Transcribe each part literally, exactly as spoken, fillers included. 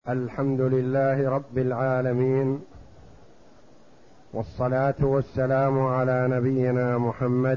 الحمد لله رب العالمين، والصلاة والسلام على نبينا محمد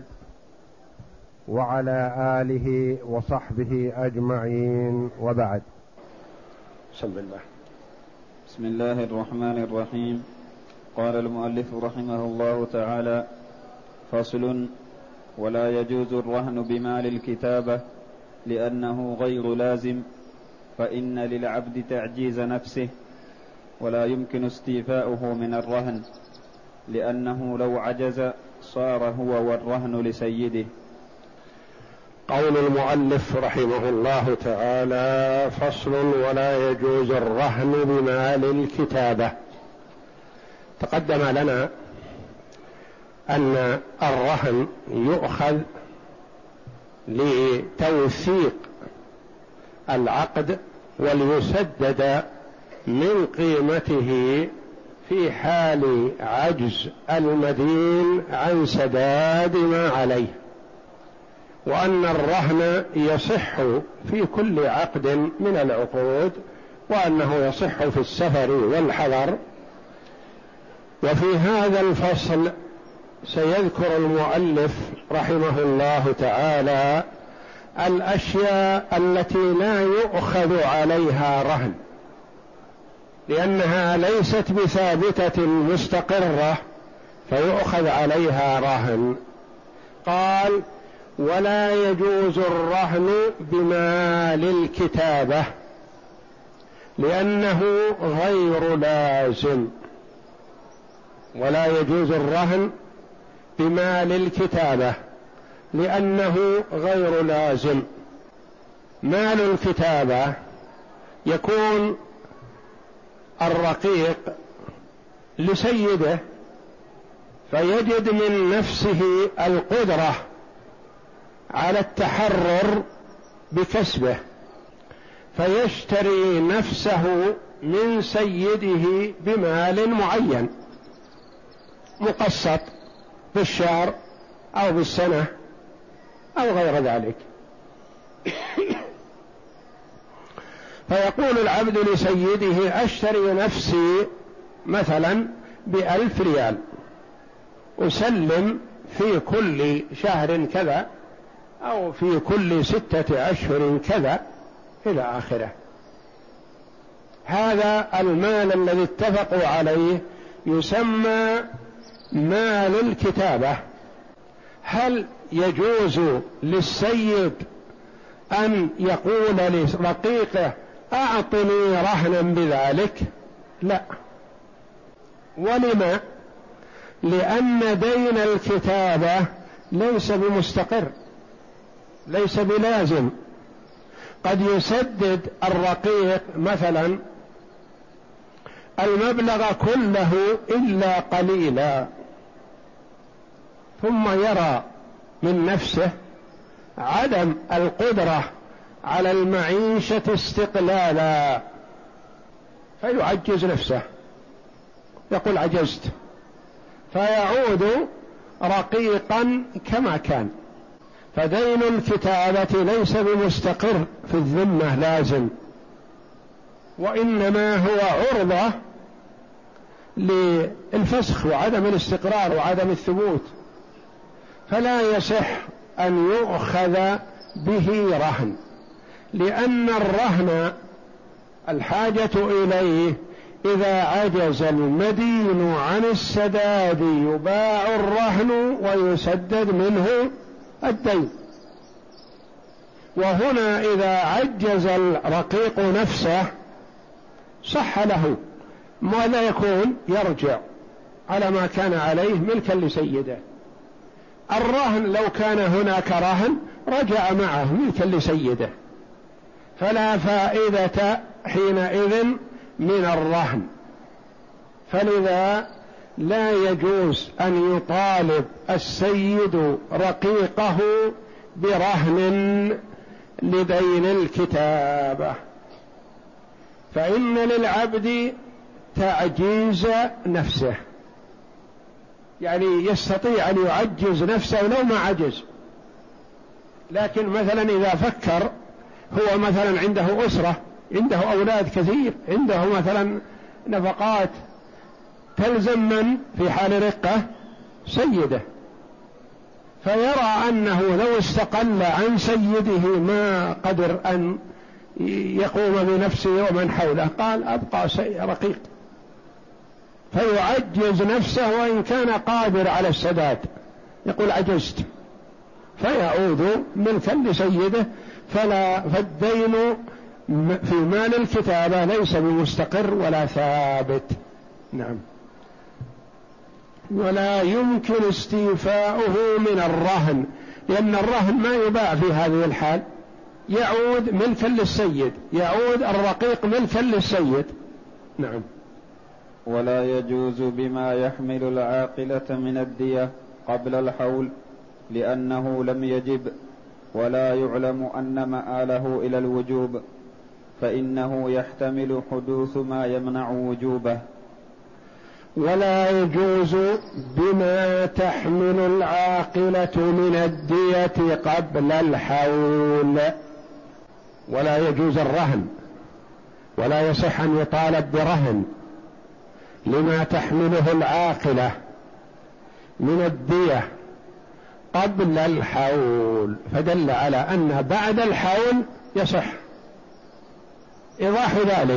وعلى آله وصحبه أجمعين، وبعد. بسم الله بسم الله الرحمن الرحيم. قال المؤلف رحمه الله تعالى: فصل: ولا يجوز الرهن بمال الكتابة لأنه غير لازم، فإن للعبد تعجيز نفسه، ولا يمكن استيفاؤه من الرهن، لأنه لو عجز صار هو والرهن لسيده. قول المؤلف رحمه الله تعالى: فصل: ولا يجوز الرهن بمال الكتابة. تقدم لنا أن الرهن يؤخذ لتوثيق العقد وليسدد من قيمته في حال عجز المدين عن سداد ما عليه، وأن الرهن يصح في كل عقد من العقود، وأنه يصح في السفر والحضر. وفي هذا الفصل سيذكر المؤلف رحمه الله تعالى الأشياء التي لا يؤخذ عليها رهن، لأنها ليست بثابتة مستقرة فيؤخذ عليها رهن. قال: ولا يجوز الرهن بمال الكتابة لأنه غير لازم. ولا يجوز الرهن بمال الكتابة لأنه غير لازم. مال الكتابة يكون الرقيق لسيده، فيجد من نفسه القدرة على التحرر بكسبه، فيشتري نفسه من سيده بمال معين مقسط بالشهر أو بالسنة أو غير ذلك. فيقول العبد لسيده: أشتري نفسي مثلا بألف ريال، أسلم في كل شهر كذا أو في كل ستة أشهر كذا إلى آخره. هذا المال الذي اتفقوا عليه يسمى مال الكتابة. هل يجوز للسيد أن يقول لرقيقه: أعطني رهنا بذلك؟ لا. ولما؟ لأن دين الكتابة ليس بمستقر، ليس بلازم. قد يسدد الرقيق مثلا المبلغ كله إلا قليلا، ثم يرى من نفسه عدم القدرة على المعيشة استقلالا، فيعجز نفسه، يقول: عجزت، فيعود رقيقا كما كان. فدين الكتابة ليس بمستقر في الذمة لازم، وإنما هو عرضة للفسخ وعدم الاستقرار وعدم الثبوت، فلا يصح أن يؤخذ به رهن، لأن الرهن الحاجة إليه إذا عجز المدين عن السداد يباع الرهن ويسدد منه الدين. وهنا إذا عجز الرقيق نفسه صح له، ماذا يكون؟ يرجع على ما كان عليه ملكا لسيده. الرهن لو كان هناك رهن رجع معه ملكا لسيده، فلا فائدة حينئذ من الرهن. فلذا لا يجوز أن يطالب السيد رقيقه برهن لدين الكتابة، فإن للعبد تعجيز نفسه، يعني يستطيع أن يعجز نفسه لو ما عجز. لكن مثلا إذا فكر هو مثلا عنده أسرة عنده أولاد كثير، عنده مثلا نفقات تلزم من في حال رقة سيده، فيرى أنه لو استقل عن سيده ما قدر أن يقوم بنفسه ومن حوله، قال أبقى رقيق، فيعجز نفسه وإن كان قادر على السداد، يقول عجزت، فيعود ملكا لسيده. فلا فالدين في مال الكتابة ليس بمستقر ولا ثابت. نعم. ولا يمكن استيفاؤه من الرهن، لأن الرهن ما يباع في هذه الحال، يعود ملكا للسيد، يعود الرقيق ملكا للسيد. نعم. ولا يجوز بما يحمل العاقلة من الدية قبل الحول، لأنه لم يجب ولا يعلم أن مآله إلى الوجوب، فإنه يحتمل حدوث ما يمنع وجوبه. ولا يجوز بما تحمل العاقلة من الدية قبل الحول، ولا يجوز الرهن، ولا يصح أن يطالب برهن لما تحمله العاقلة من الدية قبل الحول، فدل على أن بعد الحول يصح. إيضاح ذلك: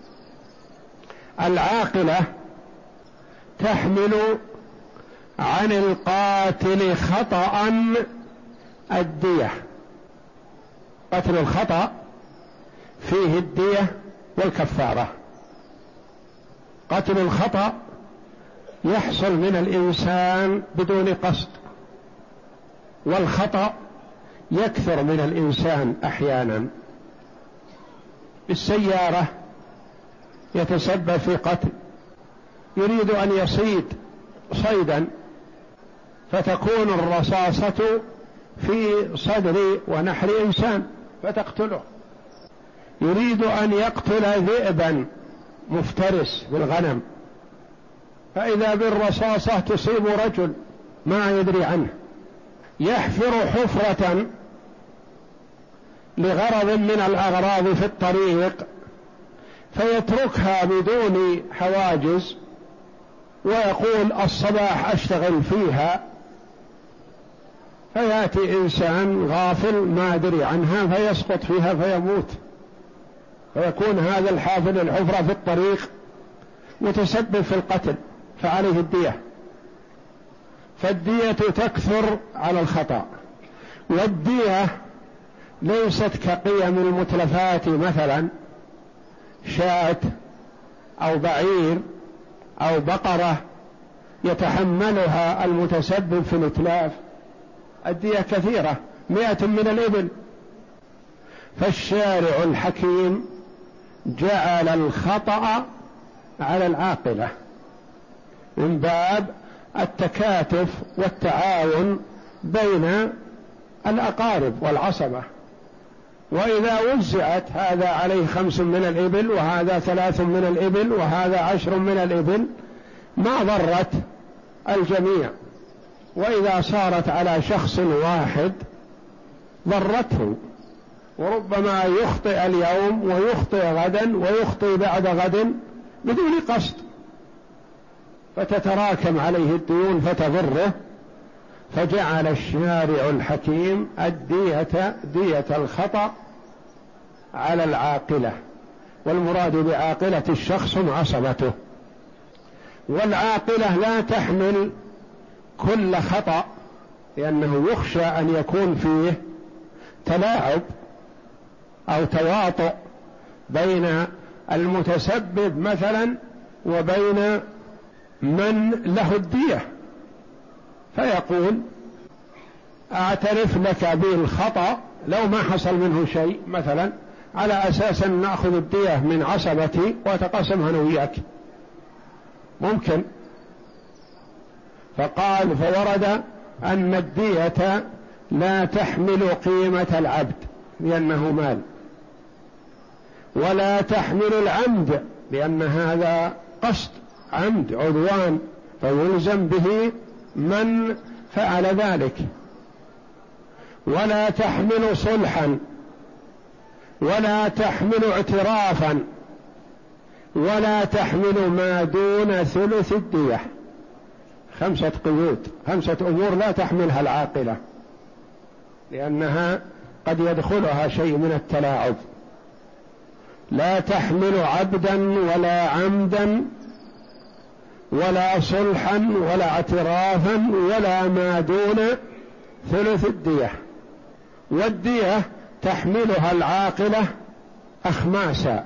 العاقلة تحمل عن القاتل خطأ الدية، قتل الخطأ فيه الدية والكفارة. قتل الخطأ يحصل من الإنسان بدون قصد، والخطأ يكثر من الإنسان أحيانا. بالسيارة يتسبب في قتل، يريد أن يصيد صيدا فتكون الرصاصة في صدر ونحر إنسان فتقتله، يريد أن يقتل ذئبا مفترس بالغنم، فإذا بالرصاصة تصيب رجل ما يدري عنه، يحفر حفرة لغرض من الأغراض في الطريق فيتركها بدون حواجز ويقول الصباح أشتغل فيها، فيأتي إنسان غافل ما أدري عنها فيسقط فيها فيموت، فيكون هذا الحافر الحفرة في الطريق متسبب في القتل، فعليه الدية. فالدية تكثر على الخطأ، والدية ليست كقيم المتلفات، مثلا شاة أو بعير أو بقرة يتحملها المتسبب في الإتلاف، الدية كثيرة، مئة من الإبل. فالشارع الحكيم جعل الخطأ على العاقلة من باب التكاتف والتعاون بين الأقارب والعصبة، وإذا وزعت هذا عليه خمس من الإبل وهذا ثلاث من الإبل وهذا عشر من الإبل ما ضرت الجميع، وإذا صارت على شخص واحد ضرته، وربما يخطئ اليوم ويخطئ غدا ويخطئ بعد غد بدون قصد، فتتراكم عليه الديون فتضره. فجعل الشارع الحكيم الدية دية الخطأ على العاقلة، والمراد بعاقلة الشخص عصبته. والعاقلة لا تحمل كل خطأ، لأنه يخشى أن يكون فيه تلاعب أو تواطؤ بين المتسبب مثلا وبين من له الدية، فيقول أعترف لك بالخطأ لو ما حصل منه شيء مثلا، على أساس أن نأخذ الدية من عصبتي وتقاسمها أنا وياك، ممكن. فقال فورد أن الدية لا تحمل قيمة العبد لأنه مال، ولا تحمل العمد لأن هذا قصد عمد عدوان، فيلزم به من فعل ذلك. ولا تحمل صلحا ولا تحمل اعترافا، ولا تحمل ما دون ثلث الدية. خمسة قيود، خمسة أمور لا تحملها العاقلة لأنها قد يدخلها شيء من التلاعب. لا تحمل عبدا ولا عمدا ولا صلحا ولا اعترافا ولا ما دون ثلث الدية. والدية تحملها العاقلة أخماسا: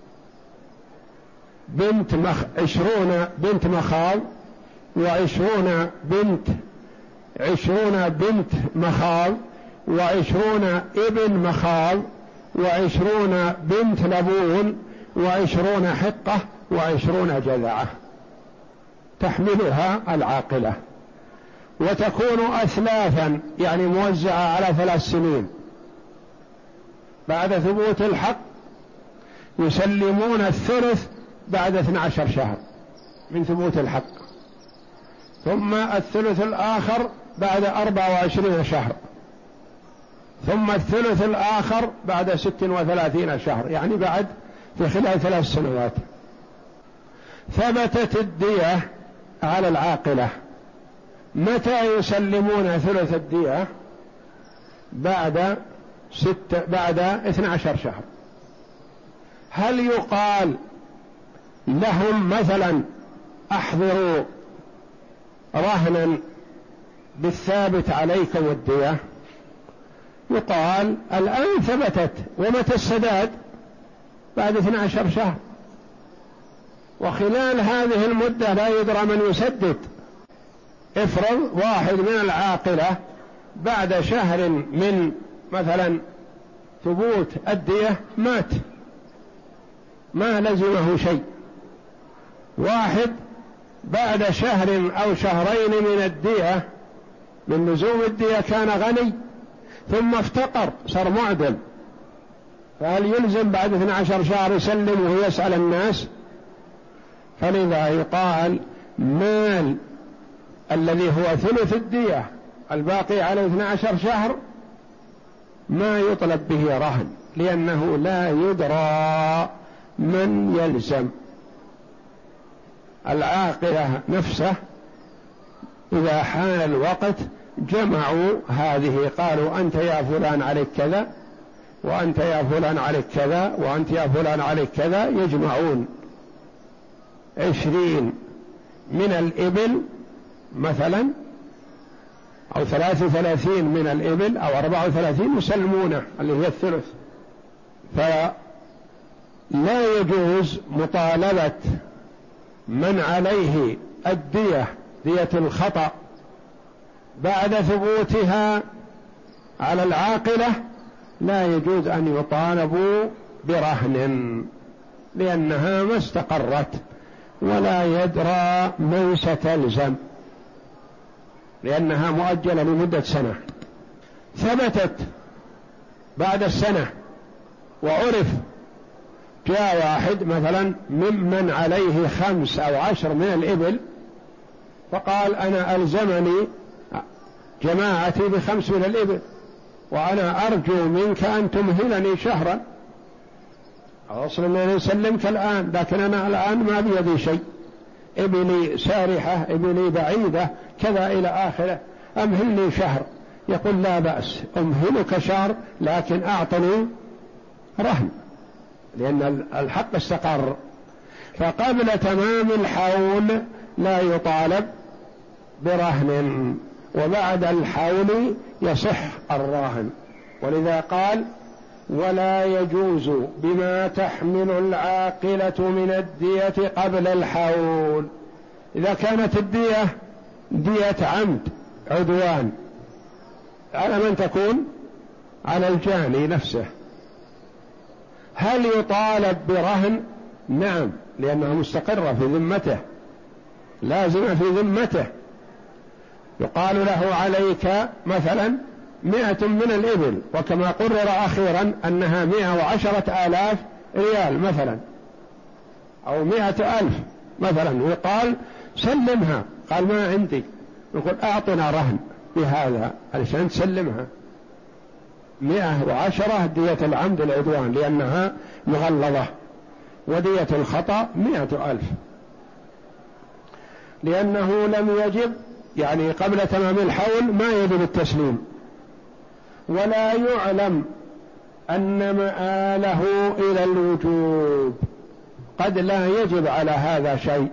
بنت مخ... عشرون بنت مخاض، وعشرون بنت عشرون بنت مخاض، وعشرون ابن مخاض، وعشرون بنت لبون، وعشرون حقة، وعشرون جذعة. تحملها العاقلة، وتكون أثلاثا يعني موزعة على ثلاث سنين. بعد ثبوت الحق يسلمون الثلث بعد اثني عشر شهر من ثبوت الحق، ثم الثلث الآخر بعد أربع وعشرين شهر، ثم الثلث الآخر بعد ست وثلاثين شهر، يعني بعد في خلال ثلاث سنوات. ثبتت الدية على العاقلة. متى يسلمون ثلث الدية؟ بعد ست بعد اثني عشر شهر. هل يقال لهم مثلا احضروا رهنا بالثابت عليكم الدية؟ يقال الآن ثبتت، ومتى السداد؟ بعد اثني عشر شهر، وخلال هذه المدة لا يدرى من يسدد. افرض واحد من العاقلة بعد شهر من مثلا ثبوت الدية مات، ما لزمه شيء. واحد بعد شهر أو شهرين من الدية من لزوم الدية كان غني ثم افتقر صار معدم، فهل يلزم بعد اثني عشر شهر يسلم ويسأل الناس؟ فلذا يقال مال الذي هو ثلث الدية الباقي على اثني عشر شهر ما يطلب به رهن، لأنه لا يدرى من يلزم. العاقلة نفسه إذا حان الوقت جمعوا هذه، قالوا أنت يا فلان عليك كذا، وأنت يا فلان عليك كذا، وأنت يا فلان عليك كذا. يجمعون عشرين من الإبل مثلا، أو ثلاث وثلاثين من الإبل، أو أربعة وثلاثين يسلمونه اللي هي الثلث. فلا يجوز مطالبة من عليه الدية، دية الخطأ، بعد ثبوتها على العاقلة، لا يجوز أن يطالبوا برهن، لأنها ما استقرت ولا يدرى من ستلزم، لأنها مؤجلة لمدة سنة. ثبتت بعد السنة وعرف، جاء واحد مثلا ممن عليه خمس أو عشر من الإبل فقال أنا ألزمني جماعتي بخمس من الإبل، وأنا أرجو منك أن تمهلني شهرا، أصلا أنا أسلمك الآن، لكن أنا الآن ما بيدي شيء، إبلي سارحة، إبلي بعيدة، كذا إلى آخره، أمهلني شهر. يقول لا بأس، أمهلك شهر لكن أعطني رهن، لأن الحق استقر. فقبل تمام الحول لا يطالب برهن، وبعد الحول يصح الراهن. ولذا قال ولا يجوز بما تحمل العاقلة من الدية قبل الحول. إذا كانت الدية دية عمد عدوان، على من تكون؟ على الجاني نفسه. هل يطالب برهن؟ نعم، لأنها مستقرة في ذمته، لازمة في ذمته. يقال له عليك مثلا مئة من الإبل، وكما قرر أخيرا أنها مئة وعشرة آلاف ريال مثلا، أو مئة ألف مثلا، يقال سلمها، قال ما عندي، يقول أعطنا رهن بهذا علشان تسلمها. مئة وعشرة دية العمد العدوان لأنها مغلظة، ودية الخطأ مئة ألف، لأنه لم يجب يعني قبل تمام الحول ما يجب التسليم، ولا يعلم أن مآله إلى الوجوب، قد لا يجب على هذا شيء.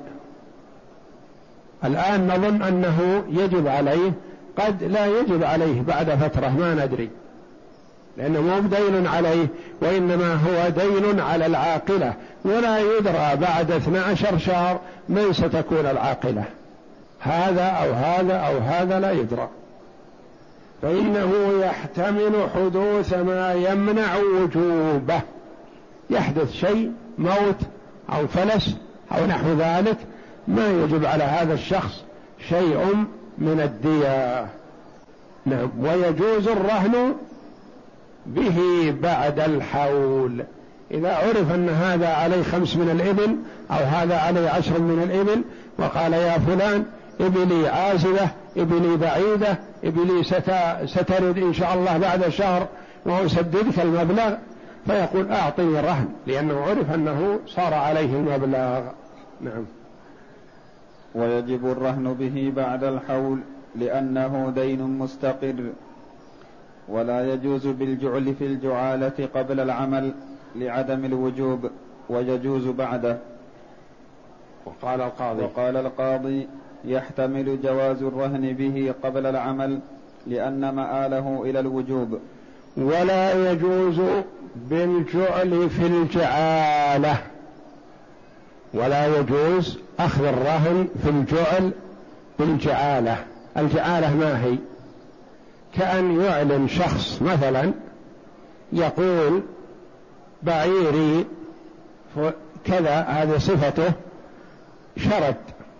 الآن نظن أنه يجب عليه، قد لا يجب عليه بعد فترة ما ندري، لأنه مو دين عليه وإنما هو دين على العاقلة، ولا يدرى بعد اثني عشر شهر من ستكون العاقلة، هذا أو هذا أو هذا لا يدرى، فإنه يحتمل حدوث ما يمنع وجوبه، يحدث شيء موت أو فلس أو نحو ذلك ما يجب على هذا الشخص شيء من الدية. نعم. ويجوز الرهن به بعد الحول، إذا عرف أن هذا عليه خمس من الإبل أو هذا عليه عشر من الإبل، وقال يا فلان إبلي عازلة، إبلي بعيدة، إبلي سترد إن شاء الله بعد شهر وأسددك المبلغ، فيقول أعطني رهن، لأنه عرف أنه صار عليه المبلغ. نعم. ويجب الرهن به بعد الحول لأنه دين مستقر، ولا يجوز بالجعل في الجعالة قبل العمل لعدم الوجوب، ويجوز بعده. وقال القاضي وقال القاضي يحتمل جواز الرهن به قبل العمل لأن مآله إلى الوجوب. ولا يجوز بالجعل في الجعالة، ولا يجوز أخذ الرهن في الجعل بالجعالة. الجعالة ما هي؟ كأن يعلن شخص مثلا يقول بعيري كذا، هذه صفته، شرد،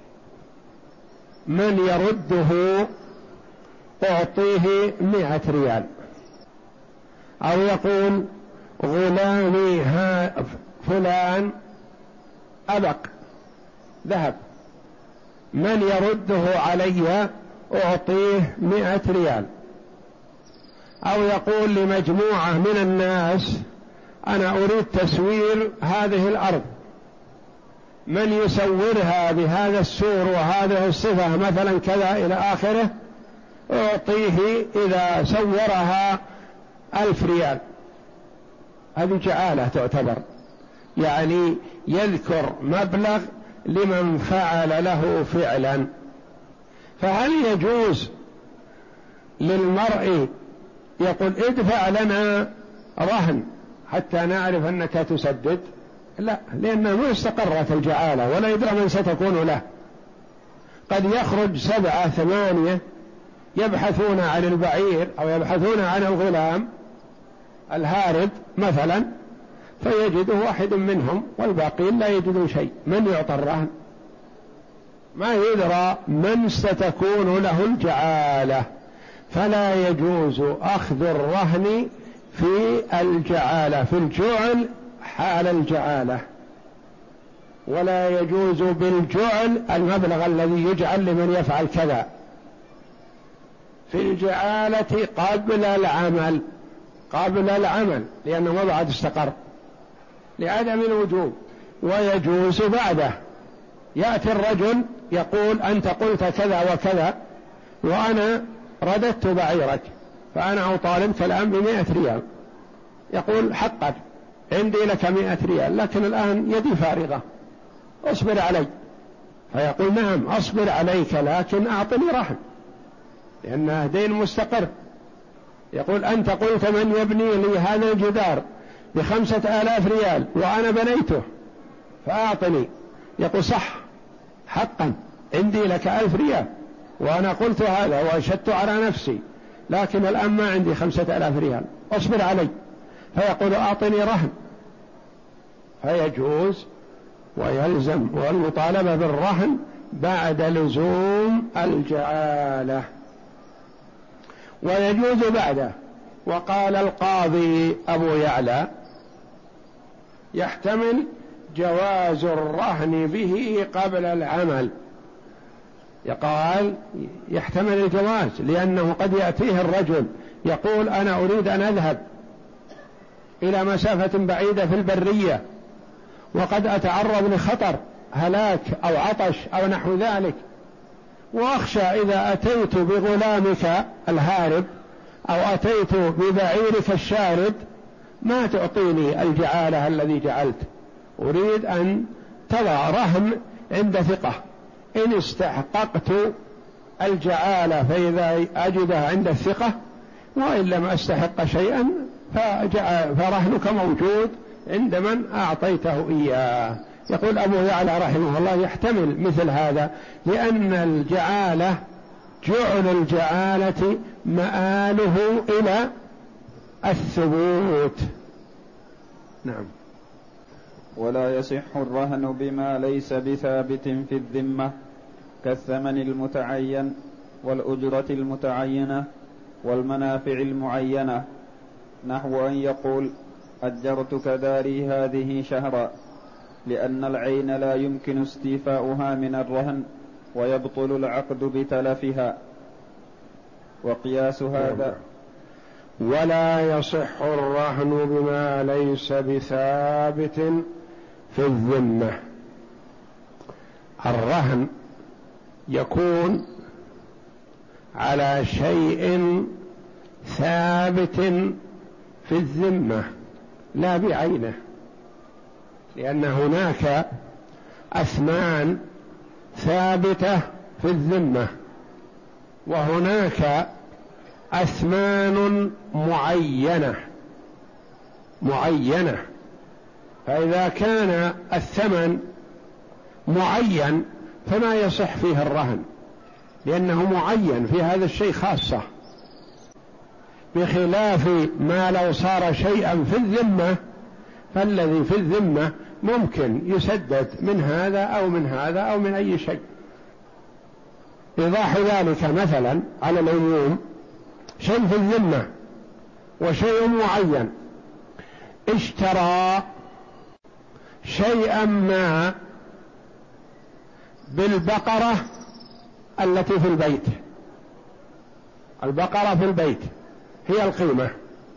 من يرده أعطيه مئة ريال، أو يقول غلامي ها فلان أبق ذهب، من يرده علي أعطيه مئة ريال، أو يقول لمجموعة من الناس أنا أريد تسوير هذه الأرض، من يسورها بهذا السور وهذه الصفة مثلا كذا إلى آخره أعطيه إذا سورها ألف ريال. هذه جعالة تعتبر، يعني يذكر مبلغ لمن فعل له فعلا. فهل يجوز للمرء يقول ادفع لنا رهن حتى نعرف أنك تسدد؟ لا، لأنه ما استقرت الجعالة ولا يدرى من ستكون له. قد يخرج سبعة ثمانية يبحثون عن البعير أو يبحثون عن الغلام الهارب مثلا، فيجد واحد منهم والباقين لا يجدون شيء، من يعطى الرهن؟ ما يدرى من ستكون له الجعالة، فلا يجوز أخذ الرهن في الجعالة، في الجعل حال الجعالة، ولا يجوز بالجعل المبلغ الذي يجعل لمن يفعل كذا. في الجعالة قبل العمل، قبل العمل لأنه ما بعد استقر لعدم الوجوب، ويجوز بعده. يأتي الرجل يقول أنت قلت كذا وكذا وأنا رددت بعيرك، فأنا أطالبك الآن بمئة ريال، يقول حقا عندي لك مئة ريال لكن الآن يدي فارغة، اصبر علي، فيقول نعم أصبر عليك لكن أعطني رهن لأنه دين مستقر. يقول أنت قلت من يبني لي هذا الجدار بخمسة آلاف ريال وأنا بنيته فأعطني، يقول صح حقا عندي لك ألف ريال وأنا قلت هذا وأشدت على نفسي، لكن الآن ما عندي خمسة آلاف ريال، أصبر علي، فيقول أعطني رهن، فيجوز ويلزم والمطالبة بالرهن بعد لزوم الجعالة، ويجوز بعده. وقال القاضي أبو يعلى يحتمل جواز الرهن به قبل العمل يقال يحتمل الجواز، لأنه قد يأتيه الرجل يقول أنا أريد أن أذهب إلى مسافة بعيدة في البرية وقد أتعرض لخطر هلاك أو عطش أو نحو ذلك، وأخشى إذا أتيت بغلامك الهارب أو أتيت ببعيرك الشارد ما تعطيني الجعالة الذي جعلت، أريد أن تضع رهن عند ثقة، إن استحققت الجعالة فإذا أجدها عند الثقة، وإن لم أستحق شيئا فرهنك موجود عند من أعطيته إياه. يقول أبو يعلى رحمه الله يحتمل مثل هذا، لأن الجعالة جعل الجعالة مآله إلى الثبوت. نعم. ولا يصح الرهن بما ليس بثابت في الذمة كالثمن المتعين والأجرة المتعينة والمنافع المعينة، نحو أن يقول أجرتك داري هذه شهرا، لأن العين لا يمكن استيفاؤها من الرهن ويبطل العقد بتلفها. وقياس هذا ولا يصح الرهن بما ليس بثابت في الذمة. الرهن يكون على شيء ثابت في الذمة لا بعينه، لأن هناك أثمان ثابتة في الذمة وهناك أثمان معينة معينة فإذا كان الثمن معين فما يصح فيه الرهن، لأنه معين في هذا الشيء خاصة، بخلاف ما لو صار شيئا في الذمة، فالذي في الذمة ممكن يسدد من هذا أو من هذا أو من أي شيء. إيضاح ذلك مثلا على العموم، شيء في الذمة وشيء معين، اشترى شيئا ما بالبقرة التي في البيت، البقرة في البيت هي القيمة،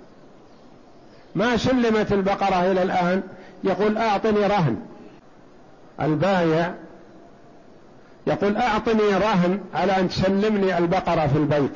ما سلمت البقرة إلى الآن، يقول أعطني رهن، البايع يقول أعطني رهن على أن تسلمني البقرة في البيت،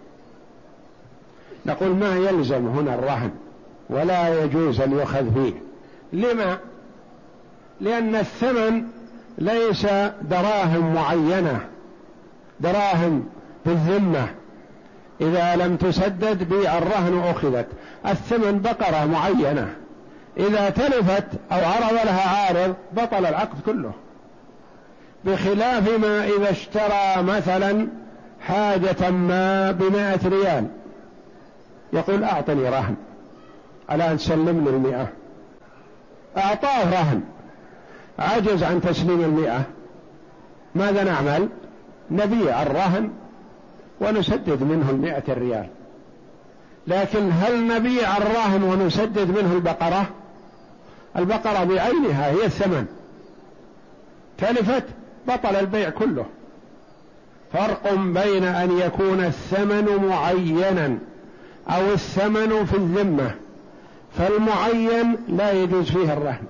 نقول ما يلزم هنا الرهن ولا يجوز أن يؤخذ فيه. لما؟ لأن الثمن ليس دراهم معينة، دراهم في الذمة إذا لم تسدد بيع الرهن أخذت، الثمن بقرة معينة إذا تلفت أو عرض لها عارض بطل العقد كله، بخلاف ما إذا اشترى مثلا حاجة ما بمائة ريال، يقول أعطني رهن على أن تسلمني المئة، أعطاه رهن عجز عن تسليم المئة، ماذا نعمل؟ نبيع الرهن ونسدد منه المئة الريال. لكن هل نبيع الرهن ونسدد منه البقرة؟ البقرة بعينها هي الثمن، تلفت بطل البيع كله. فرق بين أن يكون الثمن معينا أو الثمن في الذمة، فالمعين لا يجوز فيه الرهن،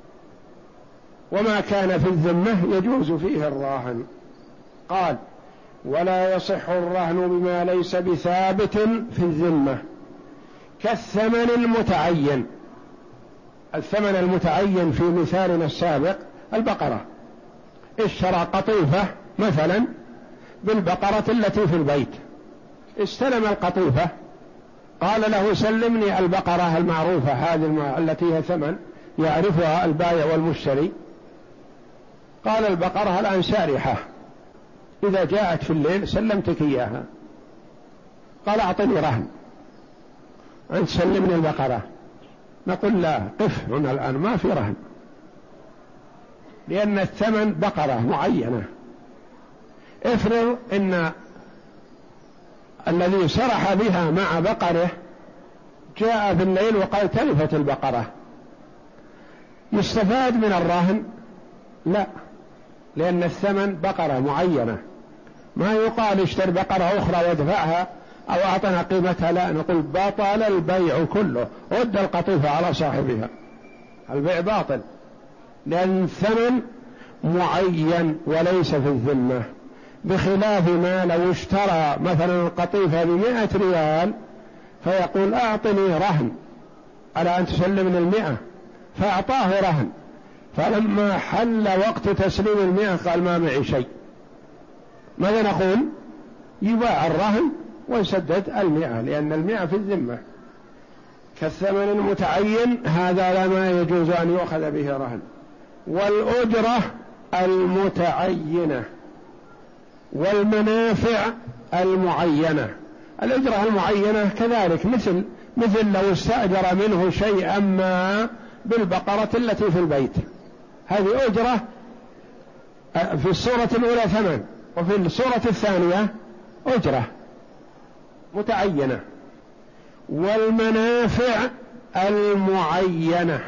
وما كان في الذمة يجوز فيه الرهن. قال ولا يصح الرهن بما ليس بثابت في الذمة كالثمن المتعين. الثمن المتعين في مثالنا السابق البقرة، اشترى قطيفة مثلا بالبقرة التي في البيت، استلم القطيفة، قال له سلمني البقرة المعروفة هذه التي هي ثمن يعرفها البائع والمشتري، قال البقرة الآن سارحة، إذا جاءت في الليل سلمتك إياها، قال أعطني رهن أن تسلمني البقرة، نقول لا، قف هنا الآن ما في رهن، لأن الثمن بقرة معينة. افرض إن الذي سرح بها مع بقره جاء في الليل وقال تلفت البقرة، يستفاد من الرهن؟ لا، لأن الثمن بقرة معينة، ما يقال اشتري بقرة أخرى وادفعها أو أعطنا قيمتها، لا، نقول بطل البيع كله، رد القطيفة على صاحبها، البيع باطل، لأن الثمن معين وليس في الذمة، بخلاف ما لو اشترى مثلا القطيفة بمئة ريال فيقول أعطني رهن على أن تسلمني المئة، فأعطاه رهن، فلما حل وقت تسليم المئة قال ما معي شيء، ماذا نقول؟ يباع الرهن ويسدد المئة، لأن المئة في الذمة. كالثمن المتعين هذا لا ما يجوز أن يؤخذ به رهن. والأجرة المتعينة والمنافع المعينة، الأجرة المعينة كذلك مثل مثل لو استأجر منه شيئا ما بالبقرة التي في البيت، هذه أجرة في الصورة الأولى ثمن، وفي الصورة الثانية أجرة متعينة. والمنافع المعينة،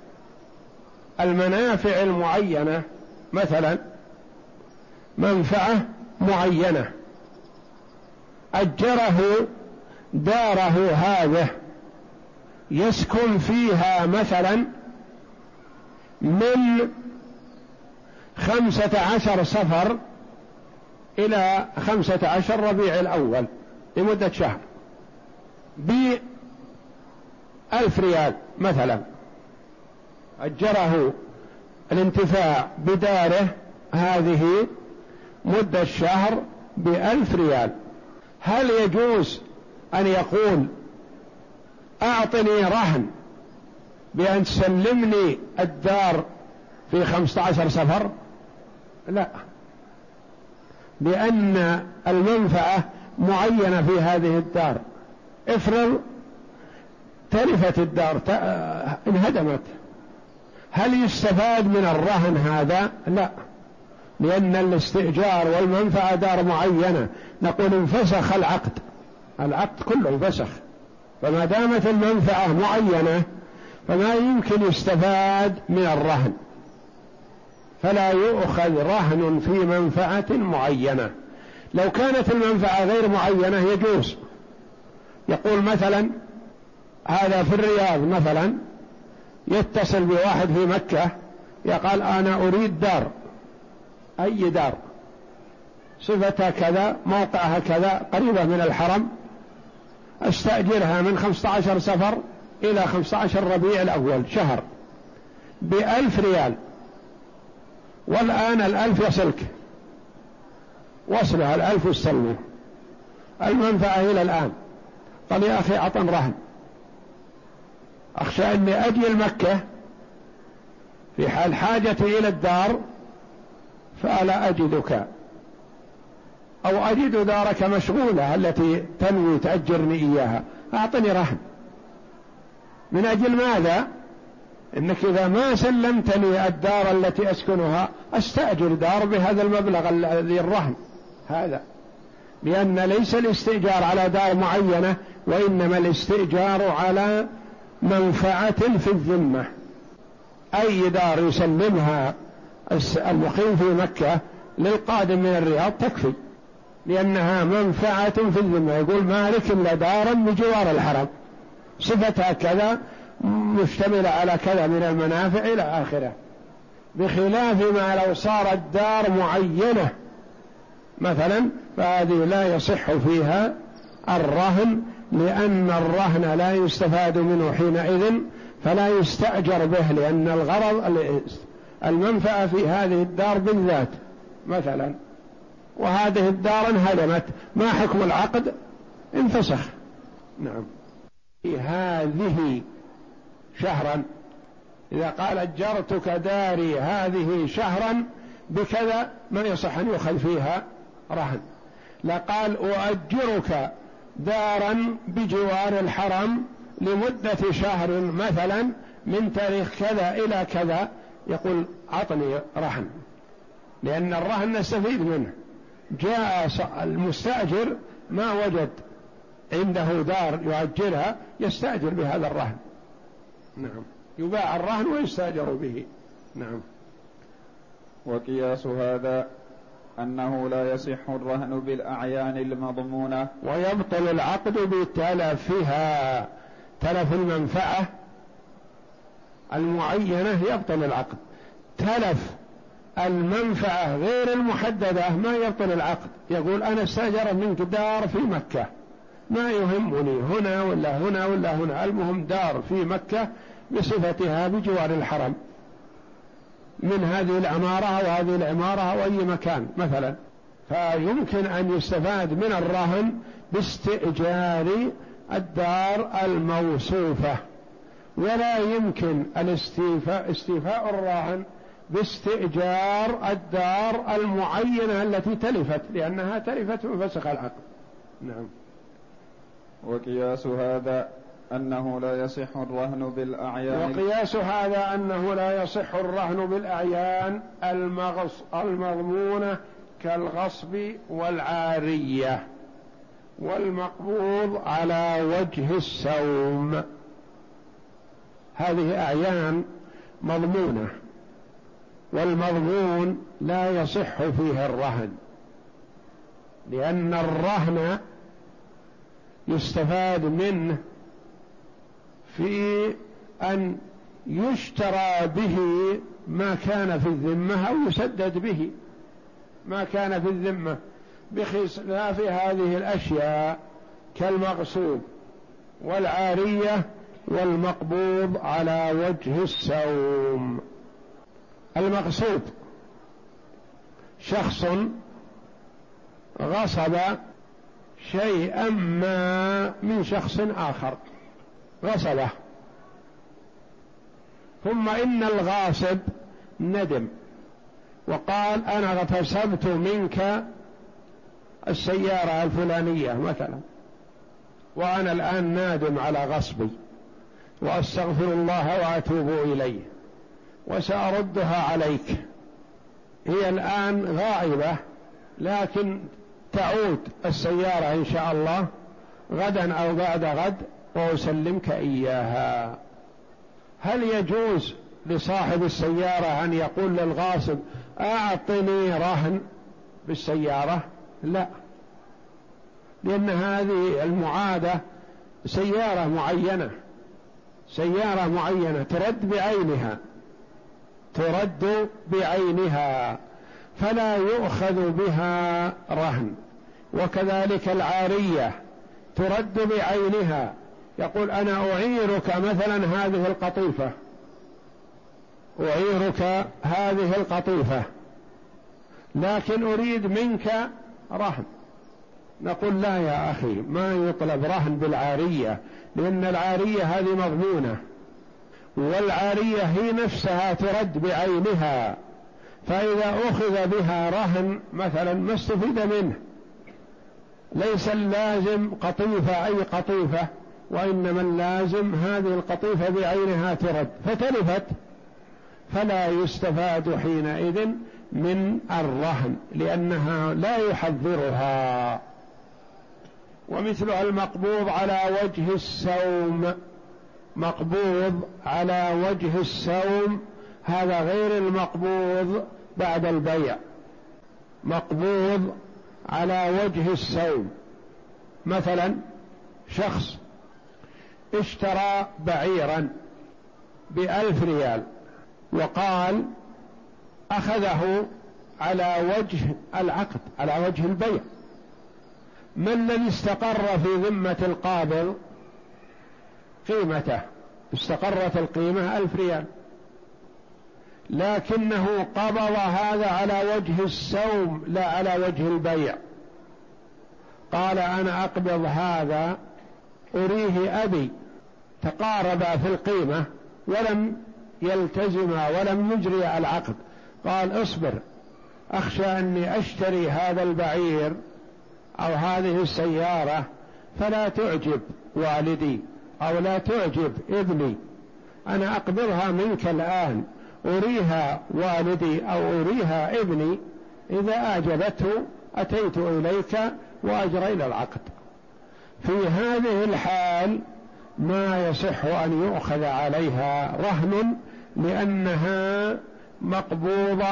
المنافع المعينة مثلا منفعة معينة أجره داره هذه يسكن فيها مثلا من خمسة عشر صفر إلى خمسة عشر ربيع الأول لمدة شهر بألف ريال مثلا، أجره الانتفاع بداره هذه مدة شهر بألف ريال. هل يجوز أن يقول أعطني رهن بأن تسلمني الدار في خمسة عشر صفر؟ لا، لأن المنفعة معينة في هذه الدار. افرض تلفت الدار انهدمت، هل يستفاد من الرهن هذا؟ لا، لأن الاستئجار والمنفعة دار معينة، نقول انفسخ العقد، العقد كله انفسخ، فما دامت المنفعة معينة فما يمكن يستفاد من الرهن، فلا يؤخذ رهن في منفعة معينة. لو كانت المنفعة غير معينة يجوز، يقول مثلا هذا في الرياض مثلا يتصل بواحد في مكة يقال أنا أريد دار، أي دار صفتها كذا موقعها كذا قريبة من الحرم، استأجرها من خمسة عشر صفر إلى خمسة عشر ربيع الأول شهر بألف ريال، والآن الألف يصلك، وصلها الألف يستلمه، المنفعة إلى الآن، قال يا أخي أعطن رهن، أخشى أني أجي المكة في حال حاجتي إلى الدار فألا أجدك، أو أجد دارك مشغولة التي تنوي تأجرني إياها، أعطني رهن. من أجل ماذا؟ إنك إذا ما سلمتني الدار التي أسكنها أستأجر دار بهذا المبلغ الذي الرهن هذا، لأن ليس الاستئجار على دار معينة، وإنما الاستئجار على منفعة في الذمة. أي دار يسلمها المقيم في مكة للقادم من الرياض تكفي، لأنها منفعة في الذمة، يقول مالك إلا دارا بجوار الحرم صفتها كذا مشتملة على كذا من المنافع إلى آخره، بخلاف ما لو صارت دار معينة مثلا فهذه لا يصح فيها الرهن، لأن الرهن لا يستفاد منه حينئذ فلا يستأجر به، لأن الغرض المنفعة في هذه الدار بالذات مثلا، وهذه الدار انهدمت، ما حكم العقد؟ انفسخ. نعم. هذه شهرا، إذا قال أجرتك داري هذه شهرا بكذا ما يصح أن يؤخذ فيها رهن. لقال أؤجرك دارا بجوار الحرم لمدة شهر مثلا من تاريخ كذا إلى كذا، يقول أعطني رهن، لأن الرهن نستفيد منه. جاء المستأجر ما وجد عنده دار يؤجرها يستأجر بهذا الرهن. نعم، يباع الرهن ويستأجر به. نعم. وقياس هذا أنه لا يصح الرهن بالأعيان المضمونة. ويبطل العقد بتلفها، تلف المنفعة المعينة يبطل العقد. تلف المنفعة غير المحددة ما يبطل العقد. يقول أنا استأجر منك دار في مكة، ما يهمني هنا ولا هنا ولا هنا، المهم دار في مكة بصفتها بجوار الحرم، من هذه العمارة أو هذه العمارة أو أي مكان مثلا، فيمكن أن يستفاد من الرهن باستئجار الدار الموصوفة، ولا يمكن الاستيفاء استيفاء الرهن باستئجار الدار المعينة التي تلفت، لأنها تلفت وفسخ العقد. نعم. وقياس هذا أنه لا يصح الرهن بالأعيان وقياس هذا أنه لا يصح الرهن بالأعيان المضمونة كالغصب والعارية والمقبوض على وجه السوم. هذه أعيان مضمونة، والمضمون لا يصح فيه الرهن، لأن الرهن يستفاد منه في أن يشترى به ما كان في الذمة أو يسدد به ما كان في الذمة، بخلاف هذه الأشياء كالمغصوب والعارية والمقبوض على وجه السوم. المغصوب شخص غصب شيئا ما من شخص آخر، غصبه، ثم إن الغاصب ندم وقال أنا اغتصبت منك السيارة الفلانية مثلا، وأنا الآن نادم على غصبي وأستغفر الله وأتوب إليه وسأردها عليك. هي الآن غائبة، لكن تعود السيارة إن شاء الله غدا أو بعد غد وأسلمك إياها. هل يجوز لصاحب السيارة أن يقول للغاصب أعطني رهن بالسيارة؟ لا، لأن هذه المعادة سيارة معينة، سيارة معينة ترد بعينها، ترد بعينها، فلا يؤخذ بها رهن. وكذلك العارية ترد بعينها، يقول أنا أعيرك مثلا هذه القطيفة، أعيرك هذه القطيفة لكن أريد منك رهن، نقول لا يا أخي، ما يطلب رهن بالعارية، لأن العارية هذه مضمونة، والعارية هي نفسها ترد بعينها، فإذا أخذ بها رهن مثلا ما استفيد منه. ليس اللازم قطيفة أي قطيفة، وإنما اللازم هذه القطيفة بعينها ترد فتلفت، فلا يستفاد حينئذ من الرهن لأنها لا يحذرها. ومثلها المقبوض على وجه السوم، مقبوض على وجه السوم هذا غير المقبوض بعد البيع، مقبوض على وجه السوم. مثلا شخص اشترى بعيرا بألف ريال وقال أخذه على وجه العقد، على وجه البيع. ما الذي استقر في ذمة القابض؟ قيمته، استقرت القيمة ألف ريال، لكنه قبض هذا على وجه السوم لا على وجه البيع. قال أنا أقبض هذا أريه أبي، تقاربا في القيمة ولم يلتزما ولم يجري العقد. قال اصبر، أخشى أني أشتري هذا البعير أو هذه السيارة فلا تعجب والدي أو لا تعجب ابني، أنا أقبضها منك الآن أريها والدي أو أريها ابني، إذا أعجبته أتيت إليك وأجرينا العقد. في هذه الحال ما يصح أن يؤخذ عليها رهن، لأنها مقبوضة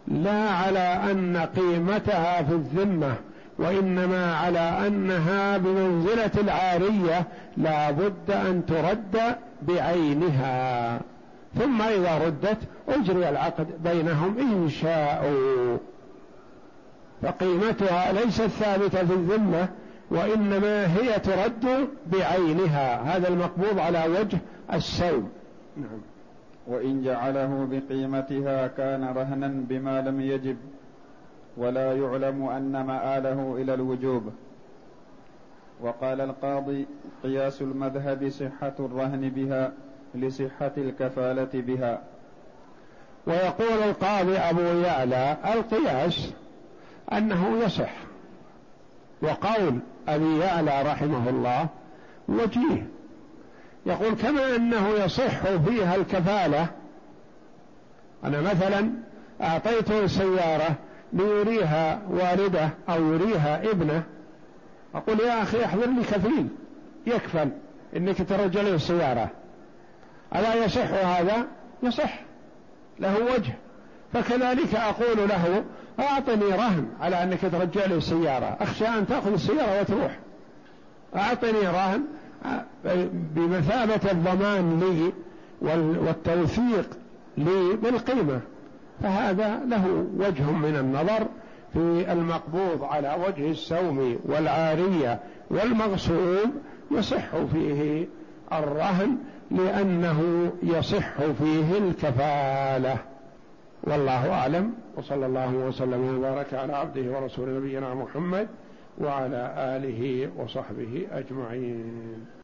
لا على أن قيمتها في الذمة، وإنما على أنها بمنزلة العارية لا بد أن ترد بعينها، ثم إذا ردت أجري العقد بينهم إن شاءوا. فقيمتها ليست ثابتة في الذمة، وإنما هي ترد بعينها، هذا المقبوض على وجه السوم. نعم. وإن جعله بقيمتها كان رهنا بما لم يجب، ولا يعلم أن مآله إلى الوجوب. وقال القاضي: قياس المذهب صحة الرهن بها لصحة الكفالة بها. ويقول القاضي أبو يعلى: القياس أنه يصح، وقول أبي يعلى رحمه الله وجيه، يقول كما أنه يصح فيها الكفالة. أنا مثلا أعطيته السيارة ليريها والده أو يريها ابنه، أقول يا أخي أحضر لي كفيل يكفل إنك ترجع له السيارة، ألا يصح هذا؟ يصح، له وجه. فكذلك أقول له أعطني رهن على أنك ترجع لي السيارة، أخشى أن تأخذ السيارة وتروح، أعطني رهن بمثابة الضمان لي والتوثيق لي بالقيمة، فهذا له وجه من النظر في المقبوض على وجه السوم والعارية والمغصوب، يصح فيه الرهن لأنه يصح فيه الكفالة. والله أعلم، وصلى الله وسلم وبارك على عبده ورسول نبينا محمد وعلى آله وصحبه أجمعين.